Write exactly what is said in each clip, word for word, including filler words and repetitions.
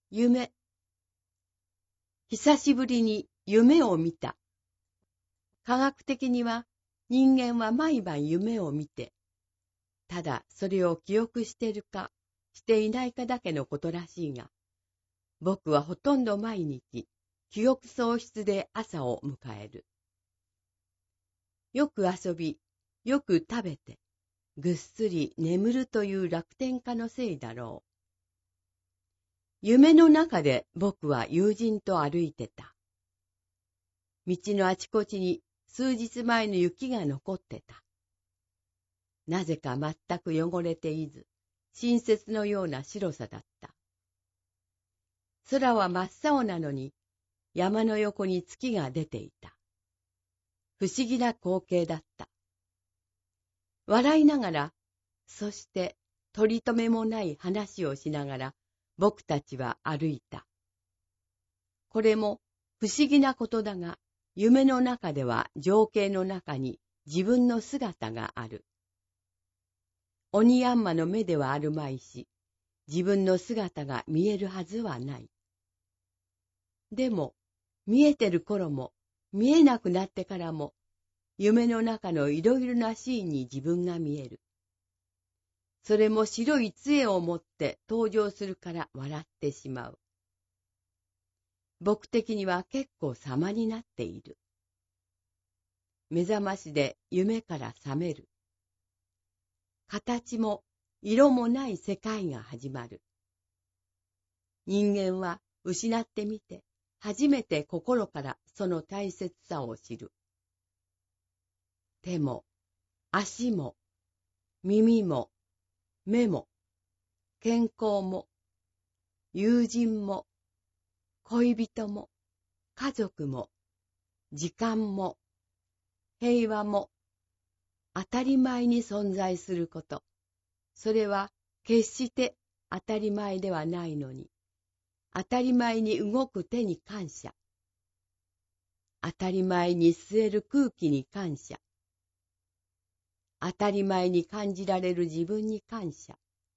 夢。久しぶりに夢を見た。科学的には人間は毎晩夢を見て、ただそれを記憶しているかしていないかだけのことらしいが、僕はほとんど毎日記憶喪失で朝を迎える。よく遊び、よく食べて、ぐっすり眠るという楽天家のせいだろう。夢の中で僕は友人と歩いてた。道のあちこちに数日前の雪が残ってた。なぜか全く汚れていず、新雪のような白さだった。空は真っ青なのに、山の横に月が出ていた。不思議な光景だった。笑いながら、そして取り留めもない話をしながら、僕たちは歩いた。これも不思議なことだが、夢の中では情景の中に自分の姿がある。鬼ヤンマの目ではあるまいし、自分の姿が見えるはずはない。でも、見えてる頃も、見えなくなってからも、夢の中のいろいろなシーンに自分が見える。それも白い杖を持って登場するから笑ってしまう。僕的には結構様になっている。目覚ましで夢から覚める。形も色もない世界が始まる。人間は失ってみて初めて心からその大切さを知る。手も足も耳も目も、健康も、友人も、恋人も、家族も、時間も、平和も、当たり前に存在すること。それは決して当たり前ではないのに、当たり前に動く手に感謝。当たり前に吸える空気に感謝。当たり前に感じられる自分に感謝。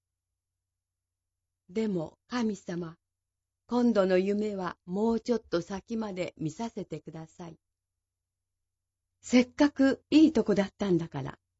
でも神様、今度の夢はもうちょっと先まで見させてください。せっかくいいとこだったんだから、